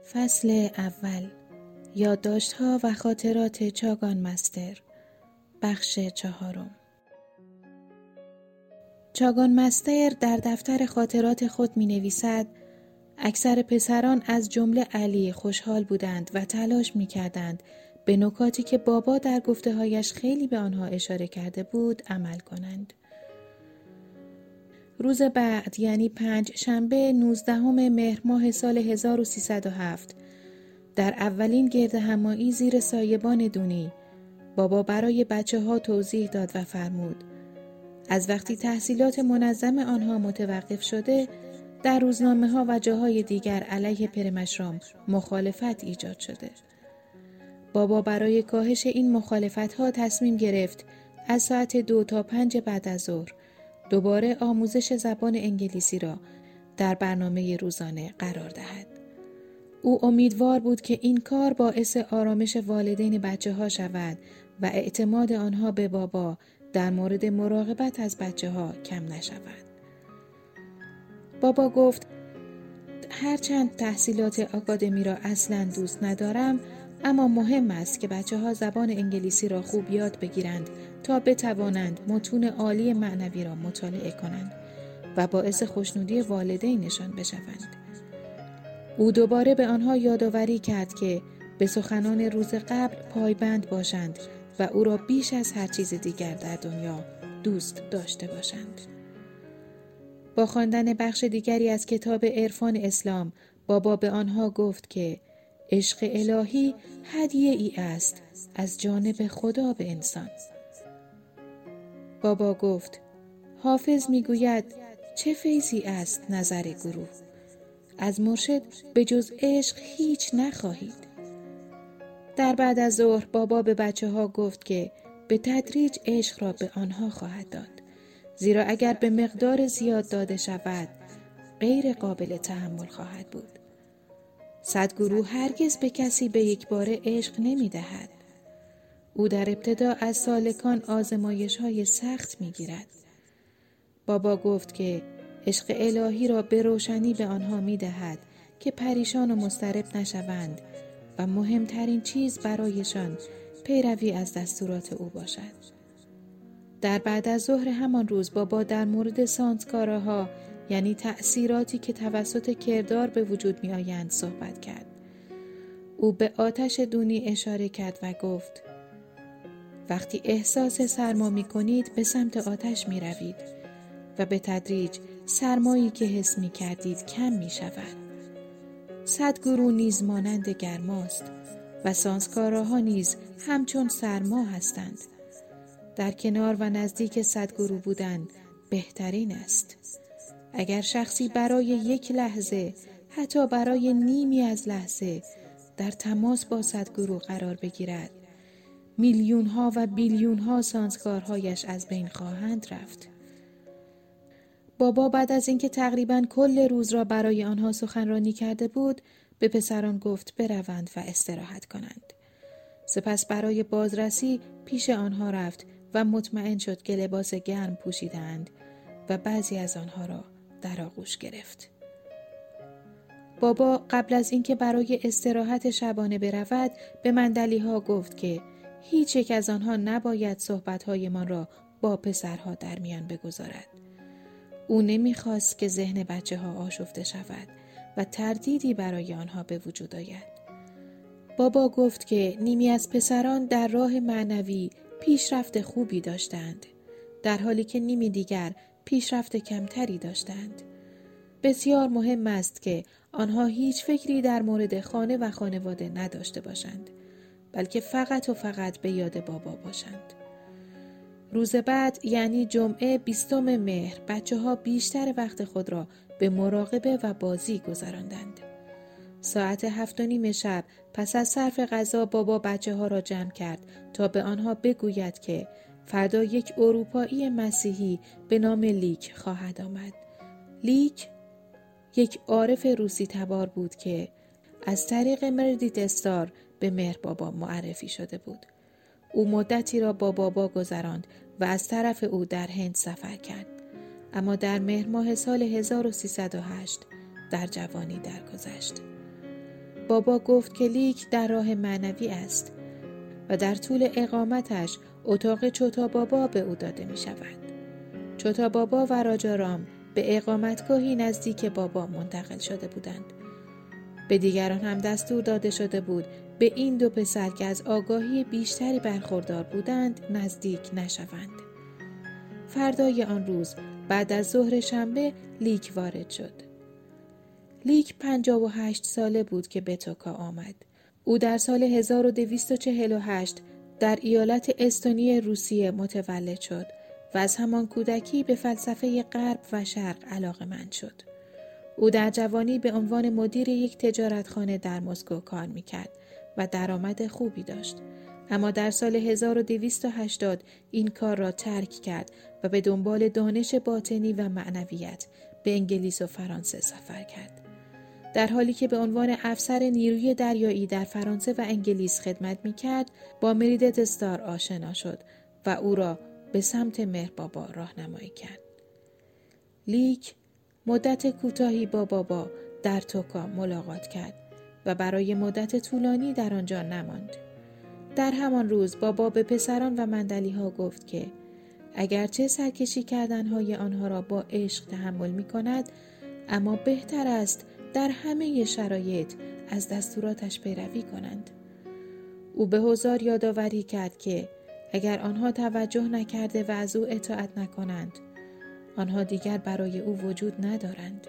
فصل اول، یادداشت‌ها و خاطرات چاگان مستر، بخش 4. چاگان مستر در دفتر خاطرات خود می‌نویسد: اکثر پسران از جمله علی خوشحال بودند و تلاش می‌کردند به نکاتی که بابا در گفته‌هایش خیلی به آنها اشاره کرده بود عمل کنند. روز بعد، یعنی 5 شنبه 19 مهر ماه سال 1307، در اولین گردهمایی زیر سایبان دونی، بابا برای بچه‌ها توضیح داد و فرمود: از وقتی تحصیلات منظم آنها متوقف شده، در روزنامه‌ها و جاهای دیگر علیه پرمشرام مخالفت ایجاد شده. بابا برای کاهش این مخالفت‌ها تصمیم گرفت از ساعت 2 تا 5 بعد از ظهر دوباره آموزش زبان انگلیسی را در برنامه روزانه قرار دهد. او امیدوار بود که این کار باعث آرامش والدین بچه‌ها شود و اعتماد آنها به بابا در مورد مراقبت از بچه‌ها کم نشود. بابا گفت: هرچند تحصیلات آکادمی را اصلاً دوست ندارم، اما مهم است که بچه‌ها زبان انگلیسی را خوب یاد بگیرند تا بتوانند متون عالی معنوی را مطالعه کنند و باعث خوشنودی والدینشان بشوند. او دوباره به آنها یادآوری کرد که به سخنان روز قبل پایبند باشند و او را بیش از هر چیز دیگر در دنیا دوست داشته باشند. با خواندن بخش دیگری از کتاب عرفان اسلام، بابا به آنها گفت که عشق الهی هدیه ای است از جانب خدا به انسان. بابا گفت: حافظ میگوید چه فیضی است نظر گروه، از مرشد به جز عشق هیچ نخواهید. در بعد از ظهر بابا به بچه‌ها گفت که به تدریج عشق را به آنها خواهد داد، زیرا اگر به مقدار زیاد داده شود غیر قابل تحمل خواهد بود. سدگرو هرگز به کسی به یک باره عشق نمی دهد. او در ابتدا از سالکان آزمایش‌های سخت می گیرد. بابا گفت که عشق الهی را به روشنی به آنها می دهد که پریشان و مضطرب نشوند و مهمترین چیز برایشان پیروی از دستورات او باشد. در بعد از ظهر همان روز بابا در مورد سانسکاراها، یعنی تأثیراتی که توسط کردار به وجود می آیند صحبت کرد. او به آتش دونی اشاره کرد و گفت: وقتی احساس سرما می کنید به سمت آتش می روید و به تدریج سرمایی که حس می کردید کم می شود. سدگرو نیز مانند گرماست و سانسکاراها نیز همچون سرما هستند. در کنار و نزدیک سدگرو بودن بهترین است. اگر شخصی برای یک لحظه، حتی برای نیمی از لحظه، در تماس با سدگرو قرار بگیرد، میلیون ها و بیلیون ها سانسکارهایش از بین خواهند رفت. بابا بعد از اینکه تقریباً کل روز را برای آنها سخنرانی کرده بود، به پسران گفت بروند و استراحت کنند. سپس برای بازرسی پیش آنها رفت و مطمئن شد که لباس گرم پوشیدند و بعضی از آنها را در آغوش گرفت. بابا قبل از اینکه برای استراحت شبانه برود به مندلی‌ها گفت که هیچ یک از آنها نباید صحبت‌هایمان را با پسرها در میان بگذارد. او نمی‌خواست که ذهن بچه‌ها آشفته شود و تردیدی برای آنها به وجود آید. بابا گفت که نیمی از پسران در راه معنوی پیشرفت خوبی داشتند، در حالی که نیمی دیگر پیشرفت کمتری داشتند. بسیار مهم است که آنها هیچ فکری در مورد خانه و خانواده نداشته باشند، بلکه فقط و فقط به یاد بابا باشند. روز بعد، یعنی جمعه 20 مهر، بچه‌ها بیشتر وقت خود را به مراقبه و بازی گذراندند. ساعت 7:30 شب پس از صرف غذا بابا بچه‌ها را جمع کرد تا به آنها بگوید که فردا یک اروپایی مسیحی به نام لیک خواهد آمد. لیک یک عارف روسی تبار بود که از طریق مردیت استار به مهر بابا معرفی شده بود. او مدتی را با بابا گذراند و از طرف او در هند سفر کرد، اما در مهر ماه سال 1308 در جوانی درگذشت. بابا گفت که لیک در راه معنوی است و در طول اقامتش اتاق چوتا بابا به او داده می شود. چوتا بابا و راجارام به اقامتگاهی نزدیک بابا منتقل شده بودند. به دیگران هم دستور داده شده بود به این دو پسر که از آگاهی بیشتری برخوردار بودند نزدیک نشوند. فردای آن روز بعد از ظهر شنبه لیک وارد شد. لیک 58 ساله بود که به توکا آمد. او در سال 1248 در ایالت استونی روسیه متولد شد و از همان کودکی به فلسفه غرب و شرق علاقه‌مند شد. او در جوانی به عنوان مدیر یک تجارتخانه در مسکو کار می‌کرد و درآمد خوبی داشت. اما در سال 1280 این کار را ترک کرد و به دنبال دانش باطنی و معنویت به انگلیس و فرانسه سفر کرد. در حالی که به عنوان افسر نیروی دریایی در فرانسه و انگلیس خدمت می‌کرد، با مریدت استار آشنا شد و او را به سمت مهربابا راهنمایی کرد. لیک مدت کوتاهی با بابا در توکا ملاقات کرد و برای مدت طولانی در آنجا نماند. در همان روز بابا به پسران و مندلی‌ها گفت که اگرچه سرکشی کردنهای آنها را با عشق تحمل می‌کند، اما بهتر است در همه شرایط از دستوراتش پیروی کنند. او به حضار یادآوری کرد که اگر آنها توجه نکرده و از او اطاعت نکنند، آنها دیگر برای او وجود ندارند.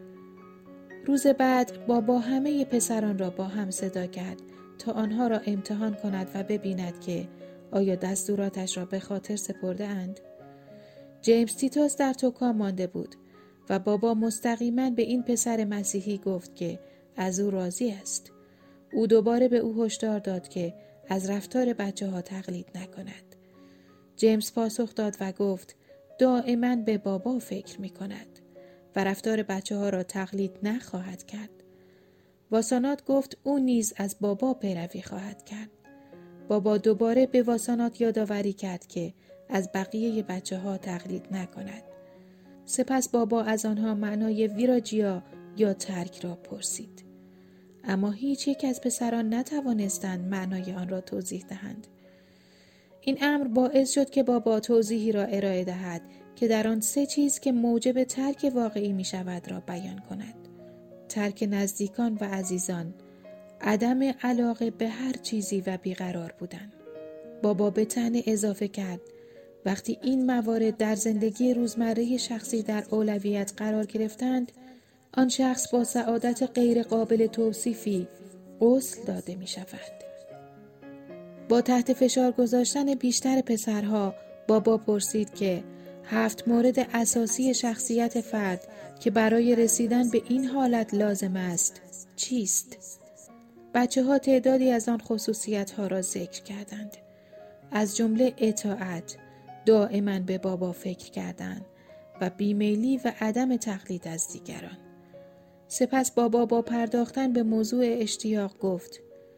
روز بعد بابا همه پسران را با هم صدا کرد تا آنها را امتحان کند و ببیند که آیا دستوراتش را به خاطر سپرده اند. جیمز تیتوس در توکا مانده بود و بابا مستقیما به این پسر مسیحی گفت که از او راضی است. او دوباره به او هشدار داد که از رفتار بچه‌ها تقلید نکند. جیمز پاسخ داد و گفت دائما به بابا فکر می کند و رفتار بچه‌ها را تقلید نخواهد کرد. واسانات گفت او نیز از بابا پیروی خواهد کرد. بابا دوباره به واسانات یادآوری کرد که از بقیه بچه‌ها تقلید نکند. سپس بابا از آنها معنای ویراجیا یا ترک را پرسید. اما هیچ یک از پسران نتوانستند معنای آن را توضیح دهند. این امر باعث شد که بابا توضیحی را ارائه دهد که در آن 3 چیز که موجب ترک واقعی می شود را بیان کند. ترک نزدیکان و عزیزان، عدم علاقه به هر چیزی و بیقرار بودن. بابا به طعنه اضافه کرد وقتی این موارد در زندگی روزمره شخصی در اولویت قرار گرفتند، آن شخص با سعادت غیر قابل توصیفی غسل داده می شود. با تحت فشار گذاشتن بیشتر پسرها، بابا پرسید که 7 مورد اساسی شخصیت فرد که برای رسیدن به این حالت لازم است چیست؟ بچه‌ها تعدادی از آن خصوصیت‌ها را ذکر کردند. از جمله اطاعت، دائما به بابا فکر کردن و بیمیلی و عدم تقلید از دیگران. سپس بابا با پرداختن به موضوع اشتیاق گفت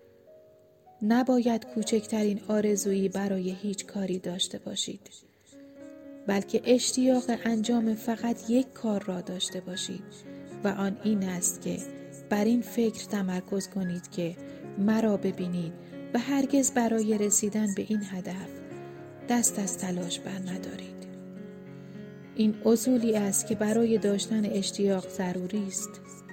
نباید کوچکترین آرزویی برای هیچ کاری داشته باشید، بلکه اشتیاق انجام فقط یک کار را داشته باشید و آن این است که بر این فکر تمرکز کنید که مرا ببینید و هرگز برای رسیدن به این هدف دست از تلاش بر ندارید. این اصولی است که برای داشتن اشتیاق ضروری است.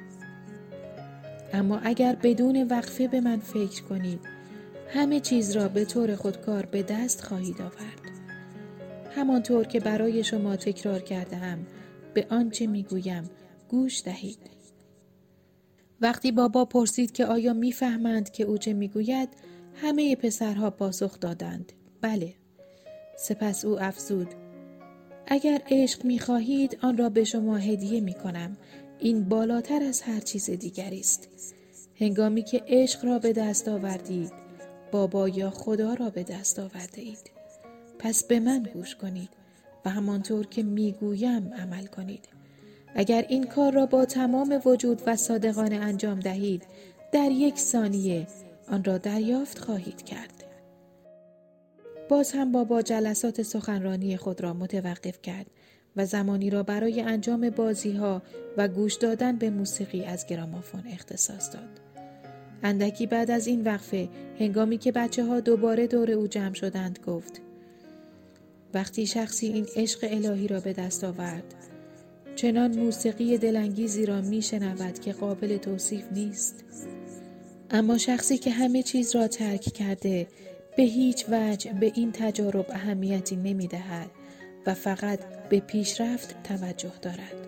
اما اگر بدون وقفه به من فکر کنید، همه چیز را به طور خودکار به دست خواهید آورد. همانطور که برای شما تکرار کردم، به آنچه میگویم گوش دهید. وقتی بابا پرسید که آیا میفهمند که او چه میگوید، همه پسرها پاسخ دادند بله. سپس او افزود اگر عشق میخواهید آن را به شما هدیه میکنم. این بالاتر از هر چیز دیگری است. هنگامی که عشق را به دست آوردید، بابا یا خدا را به دست آورده اید. پس به من گوش کنید و همانطور که میگویم عمل کنید. اگر این کار را با تمام وجود و صادقانه انجام دهید، در 1 ثانیه آن را دریافت خواهید کرد. باز هم بابا جلسات سخنرانی خود را متوقف کرد و زمانی را برای انجام بازی‌ها و گوش دادن به موسیقی از گرامافون اختصاص داد. اندکی بعد از این وقفه، هنگامی که بچه‌ها دوباره دور او جمع شدند، گفت: وقتی شخصی این عشق الهی را به دست آورد، چنان موسیقی دلانگیزی را میشنود که قابل توصیف نیست. اما شخصی که همه چیز را ترک کرده، به هیچ وجه به این تجارب اهمیتی نمی‌دهد و فقط به پیشرفت توجه دارد.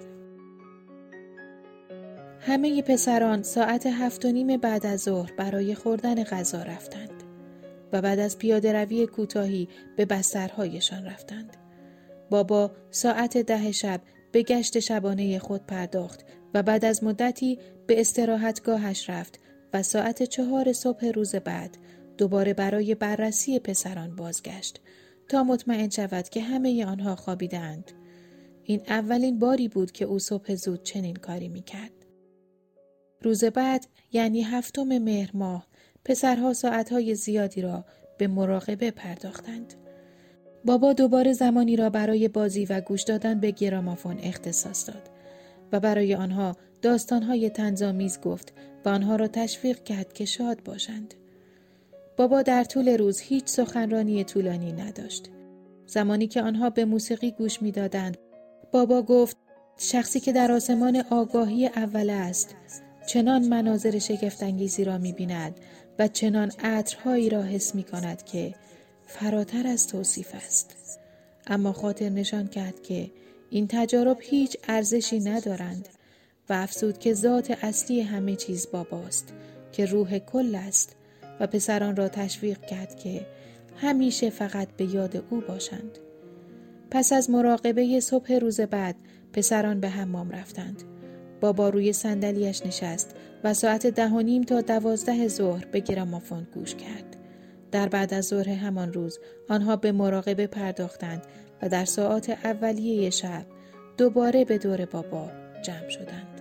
همه پسران ساعت 7:30 بعد از ظهر برای خوردن غذا رفتند و بعد از پیاده روی کوتاهی به بسترهایشان رفتند. بابا ساعت 10 شب به گشت شبانه خود پرداخت و بعد از مدتی به استراحتگاهش رفت و ساعت 4 صبح روز بعد دوباره برای بررسی پسران بازگشت تا مطمئن شود که همه آنها خوابیدند. این اولین باری بود که او صبح زود چنین کاری میکرد. روز بعد، یعنی 7 مهر ماه، پسرها ساعتهای زیادی را به مراقبه پرداختند. بابا دوباره زمانی را برای بازی و گوش دادن به گرامافون اختصاص داد و برای آنها داستانهای طنزآمیز گفت و آنها را تشویق کرد که شاد باشند. بابا در طول روز هیچ سخنرانی طولانی نداشت. زمانی که آنها به موسیقی گوش می‌دادند، بابا گفت: شخصی که در آسمان آگاهی اول است، چنان مناظر شگفت‌انگیزی را می‌بیند و چنان عطرهایی را حس می‌کند که فراتر از توصیف است. اما خاطر نشان کرد که این تجارب هیچ ارزشی ندارند و افزود که ذات اصلی همه چیز باباست که روح کل است و پسران را تشویق کرد که همیشه فقط به یاد او باشند. پس از مراقبه صبح روز بعد، پسران به حمام رفتند. بابا روی صندلیاش نشست و ساعت 10:30 تا 12 ظهر به گرامافون گوش کرد. در بعد از ظهر همان روز آنها به مراقبه پرداختند و در ساعات اولیه شب دوباره به دور بابا جمع شدند.